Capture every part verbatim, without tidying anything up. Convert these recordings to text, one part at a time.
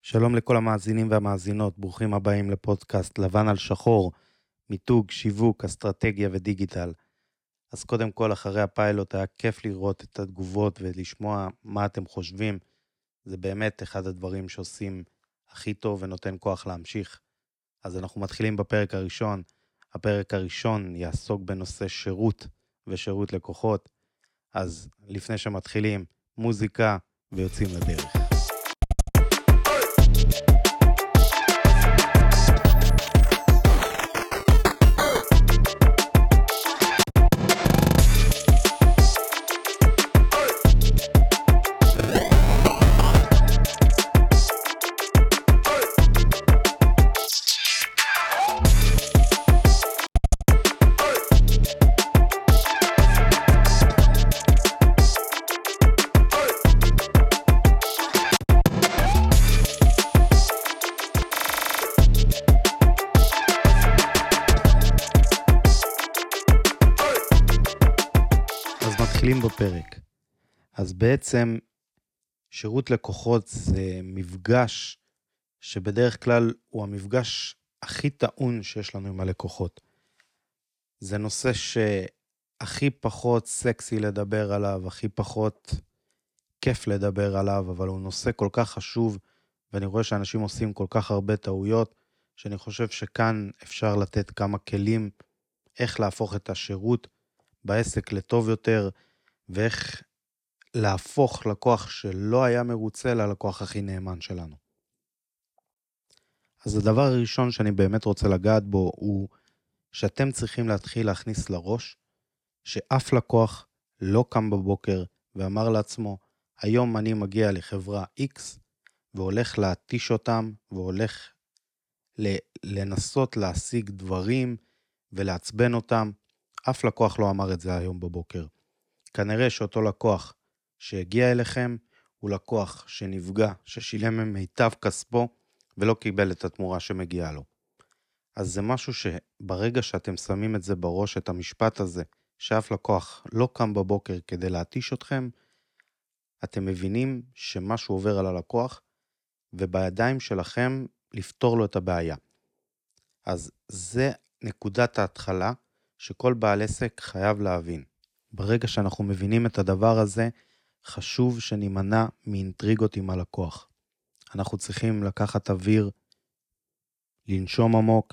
שלום לכל המאזינים והמאזינות, ברוכים הבאים לפודקאסט לבן על שחור, מיתוג, שיווק, אסטרטגיה ודיגיטל. אז קודם כל, אחרי הפיילוט היה כיף לראות את התגובות ולשמוע מה אתם חושבים. זה באמת אחד הדברים שעושים הכי טוב ונותן כוח להמשיך. אז אנחנו מתחילים בפרק הראשון. הפרק הראשון יעסוק בנושא שירות ושירות לקוחות. אז לפני שמתחילים, מוזיקה ויוצאים לדרך. מתחילים בפרק. אז בעצם שירות לקוחות זה מפגש שבדרך כלל הוא המפגש הכי טעון שיש לנו עם הלקוחות. זה נושא שהכי פחות סקסי לדבר עליו, הכי פחות כיף לדבר עליו, אבל הוא נושא כל כך חשוב, ואני רואה שאנשים עושים כל כך הרבה טעויות, שאני חושב שכאן אפשר לתת כמה כלים איך להפוך את השירות בעסק לטוב יותר, ואיך להפוך לקוח שלא היה מרוצה ללקוח הכי נאמן שלנו. אז הדבר הראשון שאני באמת רוצה לגעת בו, הוא שאתם צריכים להתחיל להכניס לראש, שאף לקוח לא קם בבוקר ואמר לעצמו, היום אני מגיע לחברה X, והולך להתיש אותם, והולך לנסות להשיג דברים, ולעצבן אותם. אף לקוח לא אמר את זה היום בבוקר. כנראה שאותו לקוח שהגיע אליכם, הוא לקוח שנפגע, ששילם ממיטב כספו, ולא קיבל את התמורה שמגיעה לו. אז זה משהו שברגע שאתם שמים את זה בראש, את המשפט הזה, שאף לקוח לא קם בבוקר כדי להתיש אתכם, אתם מבינים שמשהו עובר על הלקוח, ובידיים שלכם לפתור לו את הבעיה. אז זה נקודת ההתחלה, שכל בעל עסק חייב להבין. ברגע שאנחנו מבינים את הדבר הזה, חשוב שנימנע מאינטריגות עם הלקוח. אנחנו צריכים לקחת אוויר, לנשום עמוק,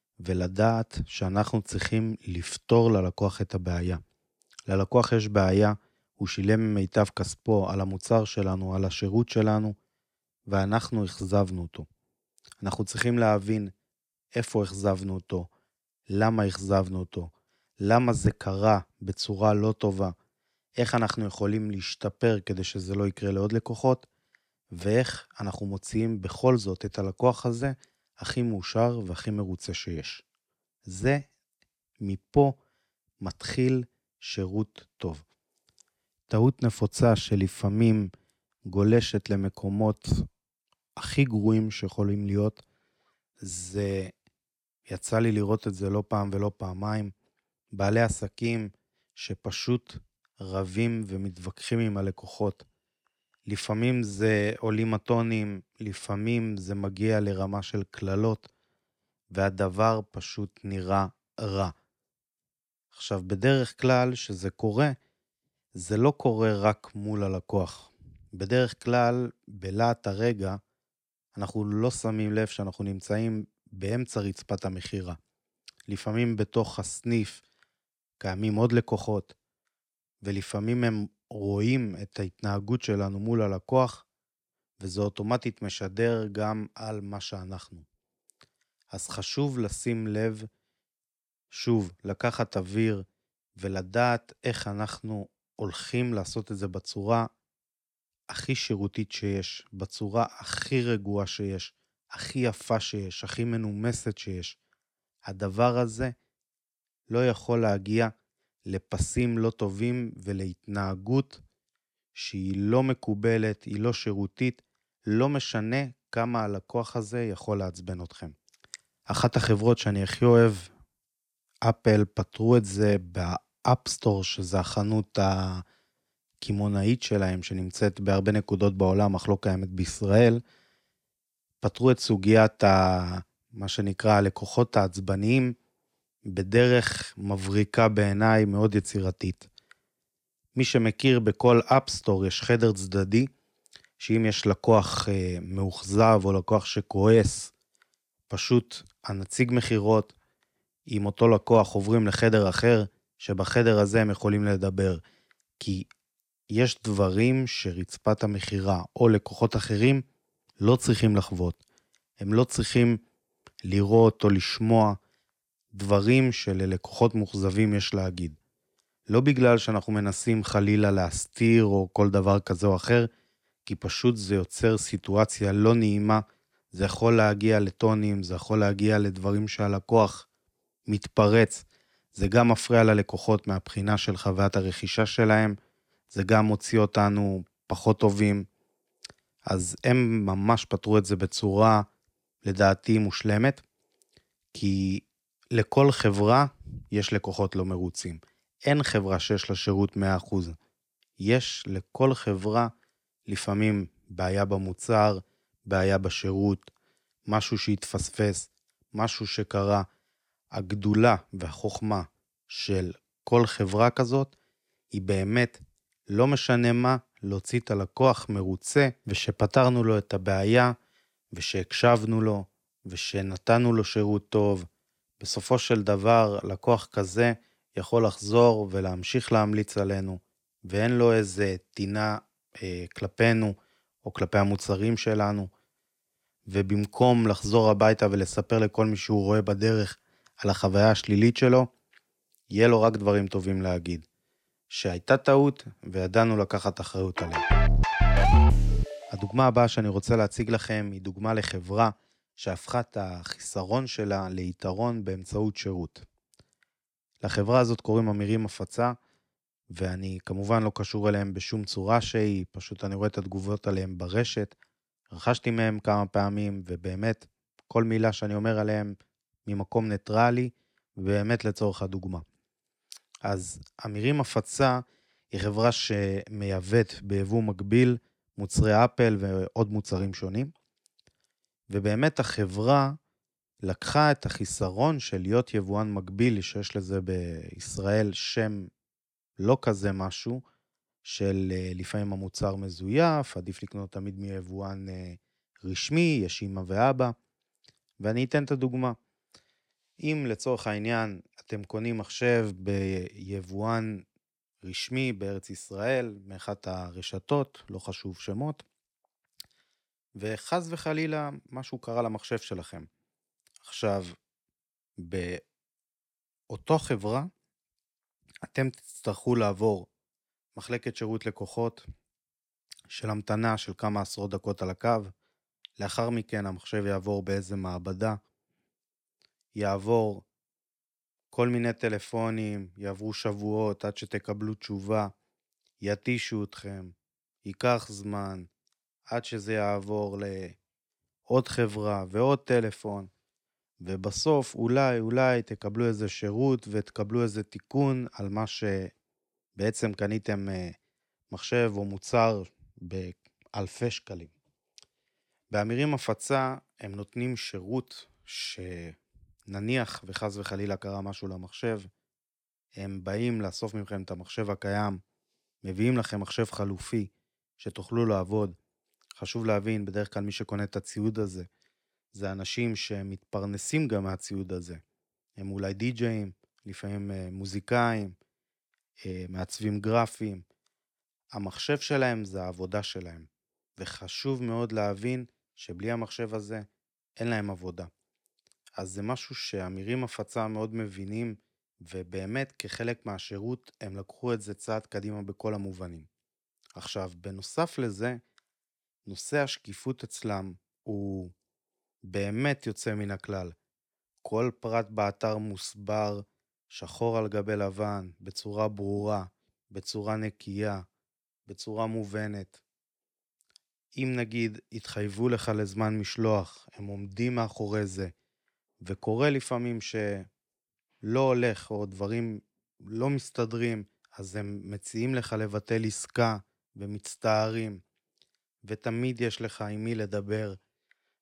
ולדעת שאנחנו צריכים לפתור ללקוח את הבעיה. ללקוח יש בעיה, הוא שילם מיטב כספו על המוצר שלנו, על השירות שלנו, ואנחנו החזבנו אותו. אנחנו צריכים להבין איפה החזבנו אותו, למה החזבנו אותו, למה זה קרה בצורה לא טובה, איך אנחנו יכולים להשתפר כדי שזה לא יקרה לעוד לקוחות, ואיך אנחנו מוציאים בכל זאת את הלקוח הזה הכי מאושר והכי מרוצה שיש. זה מפה מתחיל שירות טוב. טעות נפוצה שלפעמים גולשת למקומות הכי גרועים שיכולים להיות, זה יצא לי לראות את זה לא פעם ולא פעמיים, בעלי עסקים שפשוט רבים ומתווכחים עם הלקוחות. לפעמים זה עולים הטונים, לפעמים זה מגיע לרמה של כללות, והדבר פשוט נראה רע. עכשיו, בדרך כלל שזה קורה, זה לא קורה רק מול הלקוח. בדרך כלל, בלעת הרגע, אנחנו לא שמים לב שאנחנו נמצאים באמצע רצפת המחירה. לפעמים בתוך הסניף קיימים עוד לקוחות, ולפעמים הם רואים את ההתנהגות שלנו מול הלקוח, וזה אוטומטית משדר גם על מה שאנחנו. אז חשוב לשים לב, שוב, לקחת אוויר, ולדעת איך אנחנו הולכים לעשות את זה בצורה הכי שירותית שיש, בצורה הכי רגועה שיש, הכי יפה שיש, הכי מנומסת שיש. הדבר הזה לא יכול להגיע לפסים לא טובים ולהתנהגות שהיא לא מקובלת, היא לא שירותית, לא משנה כמה הלקוח הזה יכול לעצבן אתכם. אחת החברות שאני הכי אוהב, אפל, פתרו את זה באפסטור, שזה החנות הקימונאית שלהם, שנמצאת בהרבה נקודות בעולם, אך לא קיימת בישראל, פתרו את סוגיית ה... מה שנקרא הלקוחות העצבניים בדרך מבריקה בעיניי מאוד יצירתית. מי שמכיר בכל אפסטור יש חדר צדדי, שאם יש לקוח אה, מאוכזב או לקוח שכועס, פשוט הנציג מחירות עם אותו לקוח עוברים לחדר אחר, שבחדר הזה הם יכולים לדבר. כי יש דברים שרצפת המחירה או לקוחות אחרים לא צריכים לחוות. הם לא צריכים לראות או לשמוע דברים שללקוחות מוכזבים יש להגיד. לא בגלל שאנחנו מנסים חלילה להסתיר או כל דבר כזה או אחר, כי פשוט זה יוצר סיטואציה לא נעימה, זה יכול להגיע לטונים, זה יכול להגיע לדברים שהלקוח מתפרץ, זה גם מפריע ללקוחות מהבחינה של חוויית הרכישה שלהם, זה גם מוציא אותנו פחות טובים, אז הם ממש פתרו את זה בצורה לדעתי מושלמת, כי לכל חברה יש לקוחות לא מרוצים. אין חברה שיש לה שירות מאה אחוז. יש לכל חברה לפעמים בעיה במוצר, בעיה בשירות, משהו שהתפספס, משהו שקרה. הגדולה והחוכמה של כל חברה כזאת היא באמת לא משנה מה, להוציא את הלקוח מרוצה, ושפתרנו לו את הבעיה, ושהקשבנו לו, ושנתנו לו שירות טוב. בסופו של דבר, לקוח כזה יכול לחזור ולהמשיך להמליץ עלינו, ואין לו איזה טינה אה, כלפינו, או כלפי המוצרים שלנו, ובמקום לחזור הביתה ולספר לכל מי שהוא רואה בדרך על החוויה השלילית שלו, יהיה לו רק דברים טובים להגיד. שהייתה טעות וידענו לקחת אחריות עליה. הדוגמה הבאה שאני רוצה להציג לכם היא דוגמה לחברה שהפכה את החיסרון שלה ליתרון באמצעות שירות. לחברה הזאת קוראים אמירים הפצה, ואני כמובן לא קשור אליהם בשום צורה שהיא, פשוט אני רואה את התגובות עליהם ברשת, רכשתי מהם כמה פעמים, ובאמת כל מילה שאני אומר עליהם ממקום ניטרלי, ובאמת לצורך הדוגמה. אז אמירים הפצה היא חברה שמייבאת ביבוא מקביל מוצרי אפל ועוד מוצרים שונים, ובאמת החברה לקחה את החיסרון של להיות יבואן מקביל, שיש לזה בישראל שם לא כזה משהו, של לפעמים המוצר מזויף, עדיף לקנות תמיד מיבואן רשמי, יש אמא ואבא, ואני אתן את הדוגמה. אם לצורך העניין אתם קונים מחשב ביבואן רשמי בארץ ישראל, מאחת הרשתות, לא חשוב שמות, וחס וחלילה משהו קרה למחשב שלכם. עכשיו, באותו חברה, אתם תצטרכו לעבור מחלקת שירות לקוחות של המתנה של כמה עשרות דקות על הקו, לאחר מכן המחשב יעבור באיזה מעבדה, יעבור כל מיני טלפונים, יעברו שבועות עד שתקבלו תשובה, יתישו אתכם, ייקח זמן, עד שזה יעבור לעוד חברה ועוד טלפון, ובסוף אולי אולי תקבלו איזה שירות ותקבלו איזה תיקון על מה שבעצם קניתם מחשב או מוצר באלפי שקלים. באמירים הפצה הם נותנים שירות שנניח וחס וחלילה קרה משהו למחשב, הם באים לאסוף מכם את המחשב הקיים, מביאים לכם מחשב חלופי שתוכלו לעבוד. חשוב להבין, בדרך כלל מי שקונה את הציוד הזה, זה אנשים שמתפרנסים גם מהציוד הזה. הם אולי די-ג'אים, לפעמים מוזיקאים, מעצבים גרפיים. המחשב שלהם זה העבודה שלהם. וחשוב מאוד להבין שבלי המחשב הזה אין להם עבודה. אז זה משהו שאמירים הפצה מאוד מבינים, ובאמת כחלק מהשירות הם לקחו את זה צעד קדימה בכל המובנים. עכשיו, בנוסף לזה, נושא השקיפות אצלם הוא באמת יוצא מן הכלל. כל פרט באתר מוסבר, שחור על גבי לבן, בצורה ברורה, בצורה נקייה, בצורה מובנת. אם נגיד התחייבו לך לזמן משלוח, הם עומדים מאחורי זה, וקורה לפעמים שלא הולך או דברים לא מסתדרים, אז הם מציעים לך לבטל עסקה ומצטערים, ותמיד יש לך עם מי לדבר,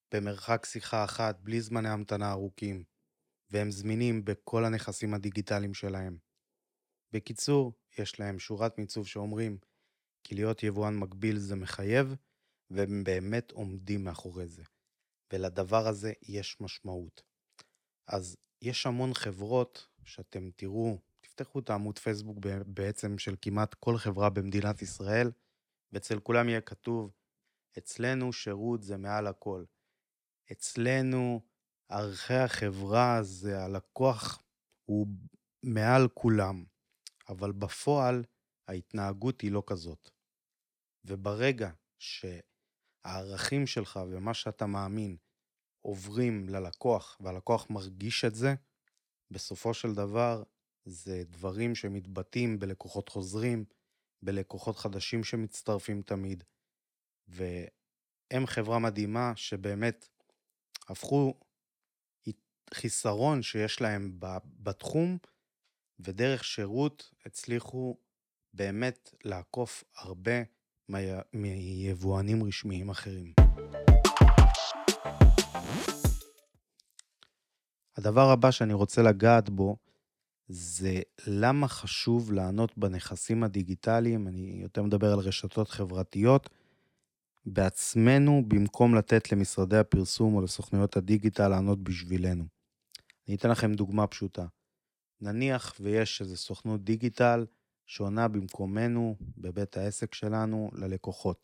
במרחק שיחה אחת, בלי זמני המתנה ארוכים, והם זמינים בכל הנכסים הדיגיטליים שלהם. בקיצור, יש להם שורת מיצוב שאומרים כי להיות יבואן מקביל זה מחייב, והם באמת עומדים מאחורי זה. ולדבר הזה יש משמעות. אז יש המון חברות שאתם תראו, תפתחו את העמוד פייסבוק בעצם של כמעט כל חברה במדינת ישראל, ואצל כולם יהיה כתוב, אצלנו שירות זה מעל הכל. אצלנו ערכי החברה זה הלקוח הוא מעל כולם, אבל בפועל ההתנהגות היא לא כזאת. וברגע שהערכים שלך ומה שאתה מאמין עוברים ללקוח והלקוח מרגיש את זה, בסופו של דבר זה דברים שמתבטאים בלקוחות חוזרים, בלקוחות חדשים שמצטרפים תמיד, והם חברה מדהימה שבאמת הפכו חיסרון שיש להם בתחום, ודרך שירות הצליחו באמת לעקוף הרבה מיבואנים רשמיים אחרים. הדבר הבא שאני רוצה לגעת בו, זה למה חשוב לענות בנכסים הדיגיטליים, אני יותר מדבר על רשתות חברתיות, בעצמנו במקום לתת למשרדי הפרסום או לסוכנויות הדיגיטל לענות בשבילנו. אני אתן לכם דוגמה פשוטה. נניח ויש איזו סוכנות דיגיטל שעונה במקומנו בבית העסק שלנו ללקוחות.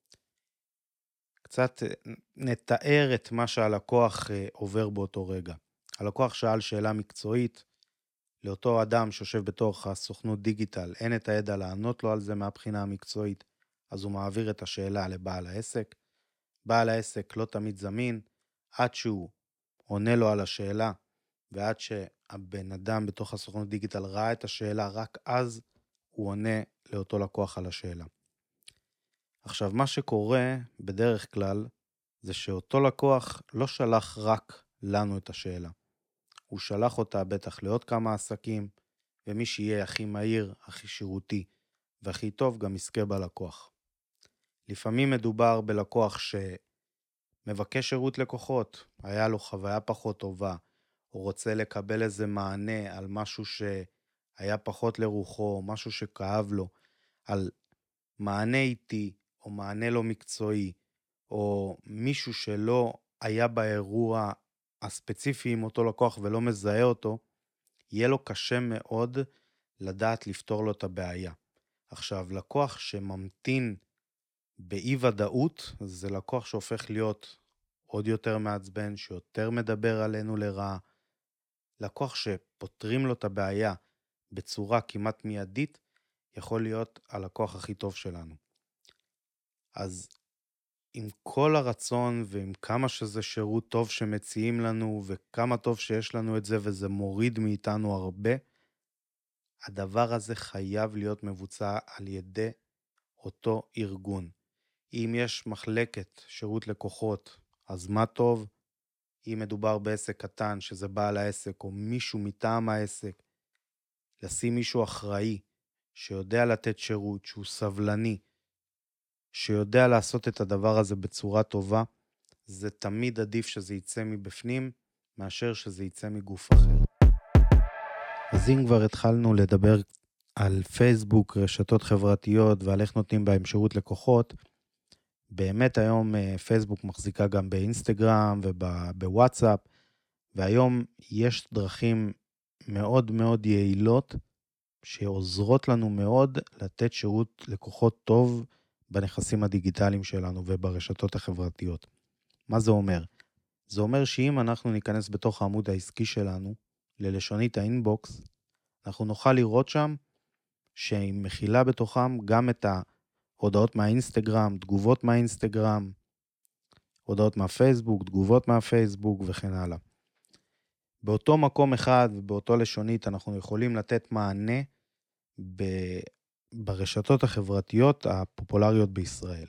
קצת נתאר את מה שהלקוח עובר באותו רגע. הלקוח שאל שאלה מקצועית, לאותו אדם שיושב בתוך הסוכנות דיגיטל, אין את הידע לענות לו על זה מהבחינה המקצועית, אז הוא מעביר את השאלה לבעל העסק. בעל העסק לא תמיד זמין, עד שהוא עונה לו על השאלה, ועד שהבן אדם בתוך הסוכנות דיגיטל ראה את השאלה, רק אז הוא עונה לאותו לקוח על השאלה. עכשיו, מה שקורה בדרך כלל, זה שאותו לקוח לא שלח רק לנו את השאלה. הוא שלח אותה בטח לעוד כמה עסקים, ומי שיהיה הכי מהיר, הכי שירותי, והכי טוב גם יזכה בלקוח. לפעמים מדובר בלקוח שמבקש שירות לקוחות, היה לו חוויה פחות טובה, הוא רוצה לקבל איזה מענה על משהו שהיה פחות לרוחו, משהו שכאב לו, על מענה איתי, או מענה לא מקצועי, או מישהו שלא היה באירוע הספציפי עם אותו לקוח ולא מזהה אותו, יהיה לו קשה מאוד לדעת לפתור לו את הבעיה. עכשיו, לקוח שממתין באי ודאות, זה לקוח שהופך להיות עוד יותר מעצבן, שיותר מדבר עלינו לרעה. לקוח שפותרים לו את הבעיה בצורה כמעט מיידית, יכול להיות הלקוח הכי טוב שלנו. אז עם כל הרצון ועם כמה שזה שירות טוב שמציעים לנו וכמה טוב שיש לנו את זה וזה מוריד מאיתנו הרבה, הדבר הזה חייב להיות מבוצע על ידי אותו ארגון. אם יש מחלקת שירות לקוחות, אז מה טוב? אם מדובר בעסק קטן שזה בעל העסק או מישהו מטעם העסק, לשים מישהו אחראי שיודע לתת שירות, שהוא סבלני, שיודע לעשות את הדבר הזה בצורה טובה, זה תמיד עדיף שזה יצא מבפנים, מאשר שזה יצא מגוף אחר. אז אם כבר התחלנו לדבר על פייסבוק, רשתות חברתיות ועל איך נותנים בהם שירות לקוחות, באמת היום פייסבוק מחזיקה גם באינסטגרם ובוואטסאפ, והיום יש דרכים מאוד מאוד יעילות, שעוזרות לנו מאוד לתת שירות לקוחות טוב בנכסים הדיגיטליים שלנו וברשתות החברתיות. מה זה אומר? זה אומר שאם אנחנו ניכנס בתוך העמוד העסקי שלנו, ללשונית האינבוקס, אנחנו נוכל לראות שם שהיא מכילה בתוכם גם את ההודעות מהאינסטגרם, תגובות מהאינסטגרם, הודעות מהפייסבוק, תגובות מהפייסבוק וכן הלאה. באותו מקום אחד ובאותו לשונית אנחנו יכולים לתת מענה ב- ברשתות החברתיות הפופולריות בישראל.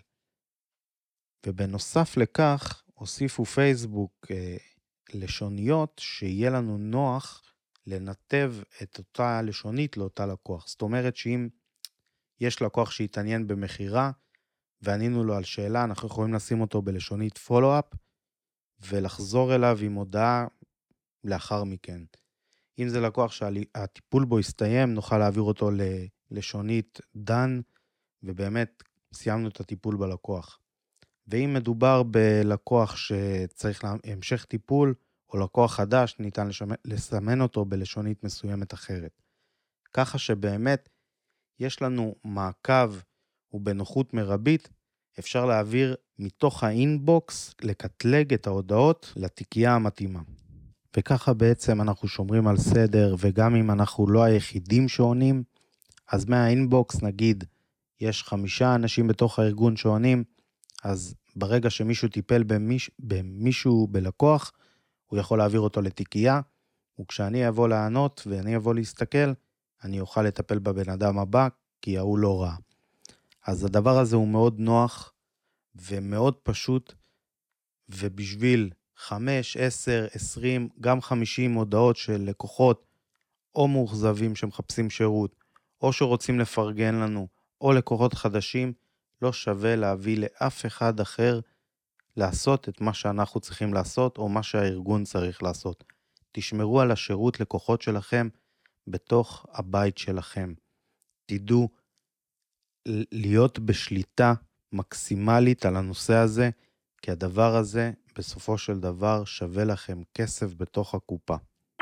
ובנוסף לכך הוסיפו פייסבוק אה, לשוניות שיהיה לנו נוח לנתב את אותה לשונית לאותה לקוח. זאת אומרת שאם יש לקוח שהתעניין במחירה וענינו לו על שאלה, אנחנו יכולים לשים אותו בלשונית פולו-אפ, ולחזור אליו עם הודעה לאחר מכן. אם זה לקוח שהטיפול בו הסתיים, נוכל להעביר אותו ללשונית דן, ובאמת סיימנו את הטיפול בלקוח. ואם מדובר בלקוח שצריך המשך טיפול, או לקוח חדש, ניתן לסמן אותו בלשונית מסוימת אחרת. ככה שבאמת יש לנו מעקב ובנוחות מרבית, אפשר להעביר מתוך האינבוקס, לקטלג את ההודעות לתיקייה המתאימה. וככה בעצם אנחנו שומרים על סדר, וגם אם אנחנו לא היחידים שעונים, אז מהאינבוקס נגיד, יש חמישה אנשים בתוך הארגון שעונים, אז ברגע שמישהו טיפל במיש, במישהו בלקוח, הוא יכול להעביר אותו לתיקייה, וכשאני אבוא לענות ואני אבוא להסתכל, אני אוכל לטפל בבן אדם הבא, כי ההוא לא רע. אז הדבר הזה הוא מאוד נוח, ומאוד פשוט, ובשביל חמש, עשר, עשרים, גם חמישים הודעות של לקוחות, או מאוכזבים שמחפשים שירות, או שרוצים לפרגן לנו, או לקוחות חדשים, לא שווה להביא לאף אחד אחר לעשות את מה שאנחנו צריכים לעשות, או מה שהארגון צריך לעשות. תשמרו על השירות לקוחות שלכם בתוך הבית שלכם. תדעו להיות בשליטה מקסימלית על הנושא הזה, כי הדבר הזה בסופו של דבר שווה לכם כסף בתוך הקופה.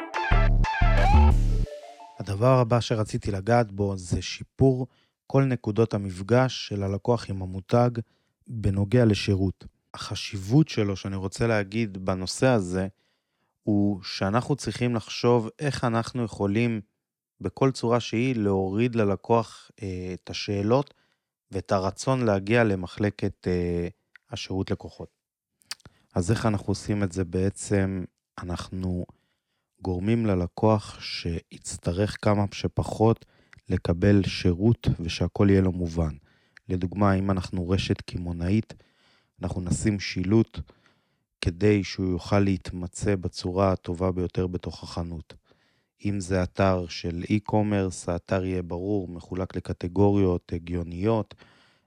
הדבר הבא שרציתי לגעת בו זה שיפור כל נקודות המפגש של הלקוח עם המותג בנוגע לשירות. החשיבות שלו שאני רוצה להגיד בנושא הזה, הוא שאנחנו צריכים לחשוב איך אנחנו יכולים בכל צורה שהיא להוריד ללקוח אה, את השאלות ואת הרצון להגיע למחלקת אה, השירות לקוחות. אז איך אנחנו עושים את זה בעצם? אנחנו גורמים ללקוח שיצטרך כמה שפחות לקבל שירות ושהכל יהיה לו מובן. לדוגמה, אם אנחנו רשת קימונאית, אנחנו נשים שילוט כדי שהוא יוכל להתמצא בצורה הטובה ביותר בתוך החנות. אם זה אתר של e-commerce, האתר יהיה ברור, מחולק לקטגוריות הגיוניות,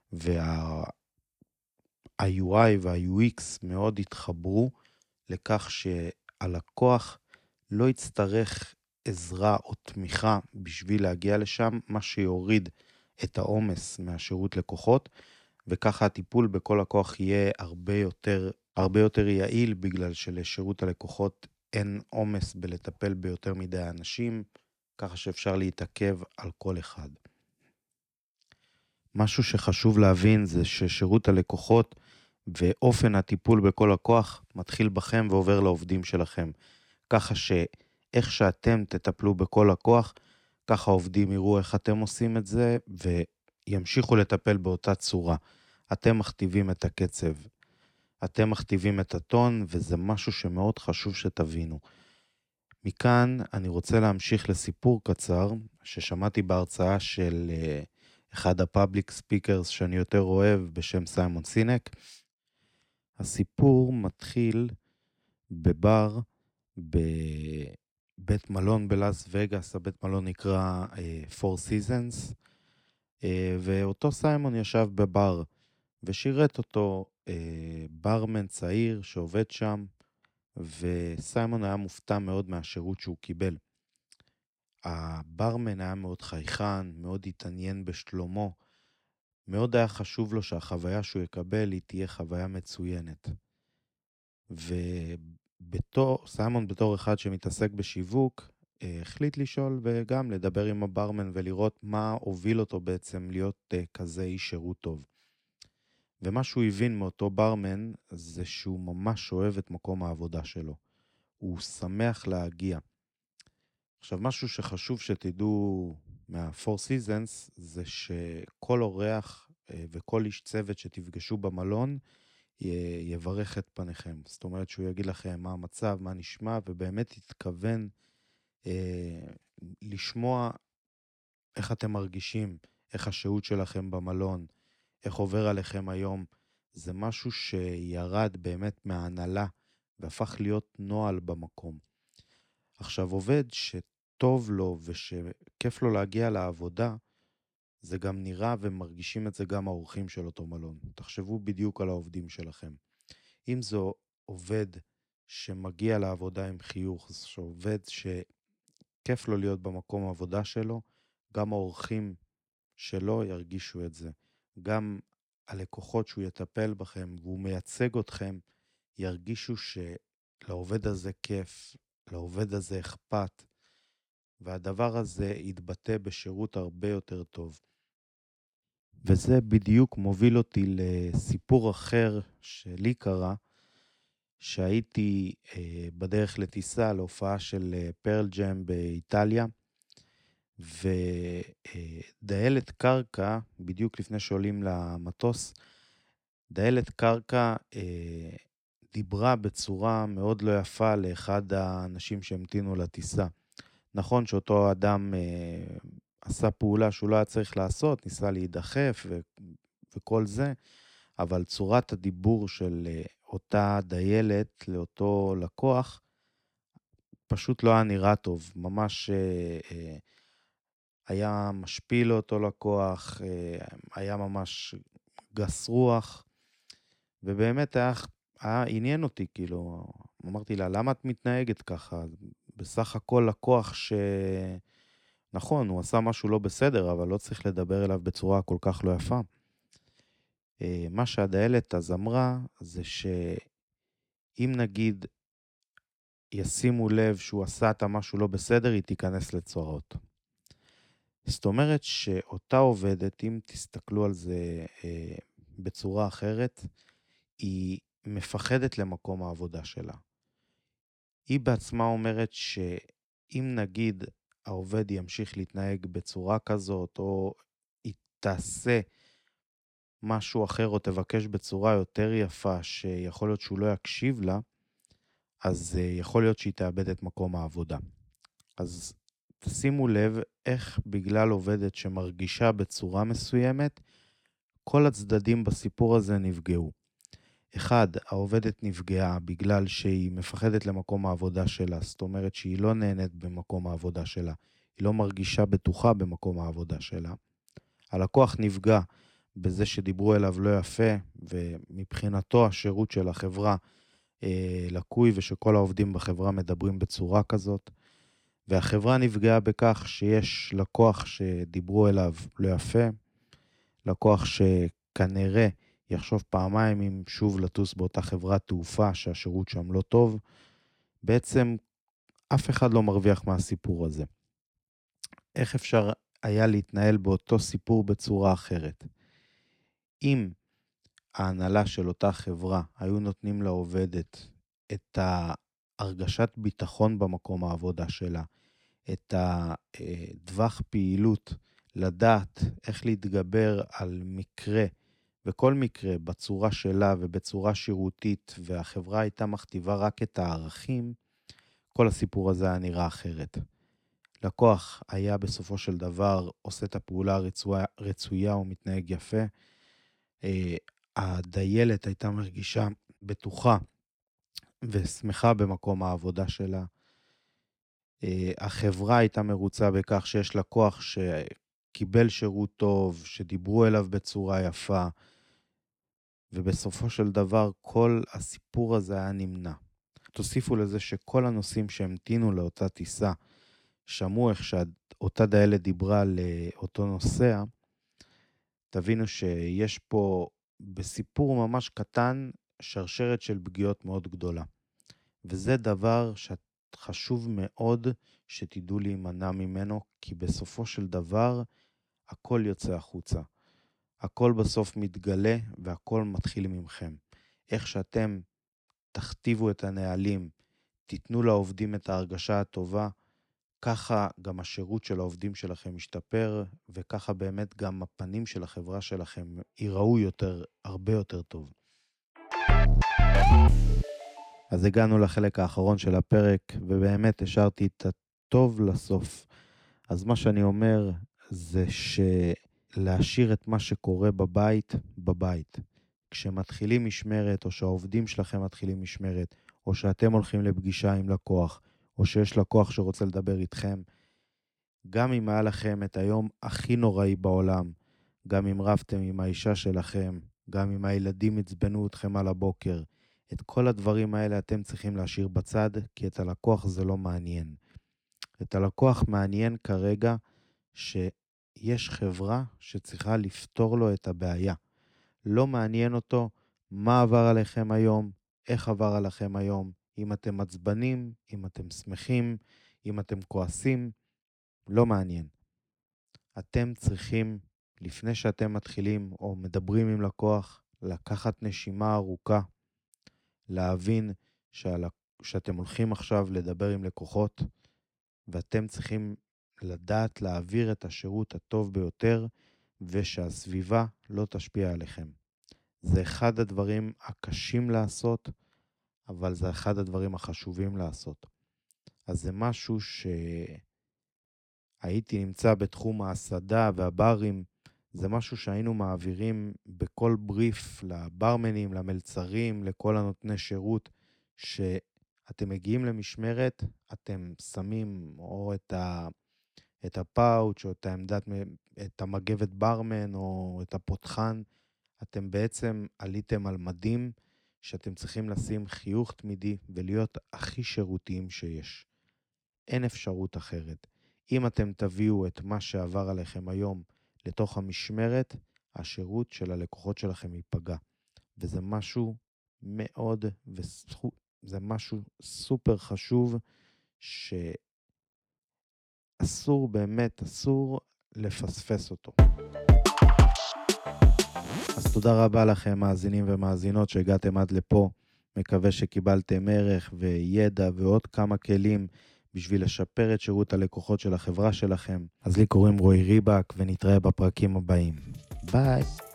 וה-יו איי וה-יו אקס מאוד התחברו לכך שהלקוח לא יצטרך עזרה או תמיכה בשביל להגיע לשם, מה שיוריד את העומס מהשירות לקוחות, וככה הטיפול בכל לקוח יהיה הרבה יותר, הרבה יותר יעיל, בגלל שלשירות הלקוחות אין עומס בלטפל ביותר מדי אנשים, ככה שאפשר להתעכב על כל אחד. משהו שחשוב להבין זה ששירות הלקוחות ואופן הטיפול בכל לקוח מתחיל בכם ועובר לעובדים שלכם. ככה שאיך שאתם תטפלו בכל לקוח, ככה עובדים יראו איך אתם עושים את זה וימשיכו לטפל באותה צורה. אתם מכתיבים את הקצב, אתם מכתיבים את הטון, וזה משהו שמאוד חשוב שתבינו. מכאן אני רוצה להמשיך לסיפור קצר ששמעתי בהרצאה של אחד הפאבליק ספיקרס שאני יותר אוהב בשם סיימון סינק. הסיפור מתחיל בבר בבית מלון בלאס וגאס, הבית מלון נקרא uh, Four Seasons, uh, ואותו סיימון ישב בבר ושירת אותו uh, ברמן צעיר שעובד שם, וסיימון היה מופתע מאוד מהשירות שהוא קיבל. הברמן היה מאוד חייכן, מאוד התעניין בשלומו, מאוד היה חשוב לו שהחוויה שהוא יקבל היא תהיה חוויה מצוינת. ובתור, סיימון בתור אחד שמתעסק בשיווק, החליט לשאול וגם לדבר עם הברמן ולראות מה הוביל אותו בעצם להיות כזה איש שירות טוב. ומה שהוא הבין מאותו ברמן זה שהוא ממש אוהב את מקום העבודה שלו. הוא שמח להגיע. עכשיו, משהו שחשוב שתדעו מה-Four Seasons זה שכל אורח וכל איש צוות שתפגשו במלון יברך את פניכם. זאת אומרת שהוא יגיד לכם מה המצב, מה נשמע, ובאמת יתכוון אה, לשמוע איך אתם מרגישים, איך השהות שלכם במלון, איך עובר עליכם היום. זה משהו שירד באמת מההנהלה והפך להיות נועל במקום. עכשיו, עובד שטוב לו ושכיף לו להגיע לעבודה, זה גם נראה ומרגישים את זה גם האורחים של אותו מלון. תחשבו בדיוק על העובדים שלכם. אם זו עובד שמגיע לעבודה עם חיוך, שעובד שכיף לו להיות במקום העבודה שלו, גם האורחים שלו ירגישו את זה. גם הלקוחות שהוא יטפל בכם והוא מייצג אתכם, ירגישו שלעובד הזה כיף, לעובד הזה אכפת, והדבר הזה יתבטא בשירות הרבה יותר טוב. וזה בדיוק מוביל אותי לסיפור אחר שלי קרה, שהייתי אה, בדרך לטיסה להופעה של אה, פרל ג'ם באיטליה, ודיילת קרקע, בדיוק לפני שעולים למטוס, דיילת קרקע אה, דיברה בצורה מאוד לא יפה לאחד האנשים שהמתינו לטיסה. נכון שאותו אדם אה, עשה פעולה שהוא לא היה צריך לעשות, ניסה להידחף ו- וכל זה, אבל צורת הדיבור של אה, אותה דיילת לאותו לקוח, פשוט לא היה נראה טוב, ממש אה, אה, היה משפיל לאותו לקוח, אה, היה ממש גס רוח, ובאמת היה, היה עניין אותי, כאילו, אמרתי לה, למה את מתנהגת ככה? בסך הכל לקוח ש... נכון, הוא עשה משהו לא בסדר, אבל לא צריך לדבר אליו בצורה כל כך לא יפה. אה, מה שהדיילת אז אמרה, זה שאם נגיד ישימו לב שהוא עשה את המשהו לא בסדר, היא תיכנס לצרות. זאת אומרת שאותה עובדת, אם תסתכלו על זה אה, בצורה אחרת, היא מפחדת למקום העבודה שלה. היא בעצמה אומרת שאם נגיד העובד ימשיך להתנהג בצורה כזאת, או היא תעשה משהו אחר, או תבקש בצורה יותר יפה, שיכול להיות שהוא לא יקשיב לה, אז uh, יכול להיות שהיא תאבד את מקום העבודה. אז תשימו לב איך בגלל עובדת שמרגישה בצורה מסוימת, כל הצדדים בסיפור הזה נפגעו. אחד, העובדת נפגעה בגלל שהיא מפחדת למקום העבודה שלה, זאת אומרת שהיא לא נהנית במקום העבודה שלה, היא לא מרגישה בטוחה במקום העבודה שלה. הלקוח נפגע בזה שדיברו אליו לא יפה, ומבחינתו השירות של החברה אה, לקוי, ושכל העובדים בחברה מדברים בצורה כזאת. והחברה נפגעה בכך שיש לקוח שדיברו אליו לא יפה, לקוח שכנראה יחשוב פעמיים אם שוב לטוס באותה חברת תעופה שהשירות שם לא טוב. בעצם אף אחד לא מרוויח מהסיפור הזה. איך אפשר היה להתנהל באותו סיפור בצורה אחרת? אם ההנהלה של אותה חברה היו נותנים לעובדת את הרגשת ביטחון במקום העבודה שלה, את הדווח פעילות, לדעת איך להתגבר על מקרה, וכל מקרה בצורה שלה ובצורה שירותית, והחברה הייתה מכתיבה רק את הערכים, כל הסיפור הזה היה נראה אחרת. לקוח היה בסופו של דבר עושה את הפעולה הרצויה, רצויה ומתנהג יפה, הדיילת הייתה מרגישה בטוחה ושמחה במקום העבודה שלה, החברה הייתה מרוצה בכך שיש לקוח שקיבל שירות טוב, שדיברו אליו בצורה יפה, ובסופו של דבר כל הסיפור הזה היה נמנע. תוסיפו לזה שכל הנוסעים שהמתינו לאותה טיסה, שמעו איך שאותה דיילת דיברה לאותו נוסע, תבינו שיש פה בסיפור ממש קטן שרשרת של פגיעות מאוד גדולה. וזה דבר שחשוב מאוד שתדעו להימנע ממנו, כי בסופו של דבר הכל יוצא החוצה. הכל בסוף מתגלה והכל מתחיל ממכם. איך שאתם תכתיבו את הנהלים, תיתנו לעובדים את ההרגשה הטובה, ככה גם השירות של העובדים שלכם ישתפר, וככה באמת גם הפנים של החברה שלכם ייראו יותר, הרבה יותר טוב. אז הגענו לחלק האחרון של הפרק, ובאמת השארתי את הטוב לסוף. אז מה שאני אומר זה שלהשאיר את מה שקורה בבית, בבית. כשמתחילים משמרת, או שהעובדים שלכם מתחילים משמרת, או שאתם הולכים לפגישה עם לקוח, או שיש לקוח שרוצה לדבר איתכם, גם אם היה לכם את היום הכי נוראי בעולם, גם אם רבתם עם האישה שלכם, גם אם הילדים הצבנו אתכם על הבוקר, את כל הדברים האלה אתם צריכים להשאיר בצד, כי את הלקוח זה לא מעניין. את הלקוח מעניין כרגע שיש חברה שצריכה לפתור לו את הבעיה. לא מעניין אותו מה עבר עליכם היום, איך עבר עליכם היום, אם אתם עצבנים, אם אתם שמחים, אם אתם כועסים, לא מעניין. אתם צריכים, לפני שאתם מתחילים או מדברים עם לקוח, לקחת נשימה ארוכה, להבין שעל... שאתם הולכים עכשיו לדבר עם לקוחות, ואתם צריכים לדעת להעביר את השירות הטוב ביותר, ושהסביבה לא תשפיע עליכם. זה אחד הדברים הקשים לעשות, אבל זה אחד הדברים החשובים לעשות. אז זה משהו שהייתי נמצא בתחום ההסעדה והברים, זה משהו שהיינו מעבירים בכל בריף לברמנים, למלצרים, לכל הנותני שירות, שאתם מגיעים למשמרת, אתם שמים או את, ה, את הפאוץ' או את העמדת, את המגבת ברמן או את הפותחן, אתם בעצם עליתם על מדים שאתם צריכים לשים חיוך תמידי ולהיות הכי שירותיים שיש. אין אפשרות אחרת. אם אתם תביאו את מה שעבר עליכם היום לתוך המשמרת, השירות של הלקוחות שלכם ייפגע. וזה משהו מאוד, וזה משהו סופר חשוב, שאסור באמת, אסור לפספס אותו. אז תודה רבה לכם, מאזינים ומאזינות, שהגעתם עד לפה. מקווה שקיבלתם ערך וידע ועוד כמה כלים בשביל לשפר את שירות הלקוחות של החברה שלכם. אז לי קוראים רועי ריבק, ונתראה בפרקים הבאים. ביי!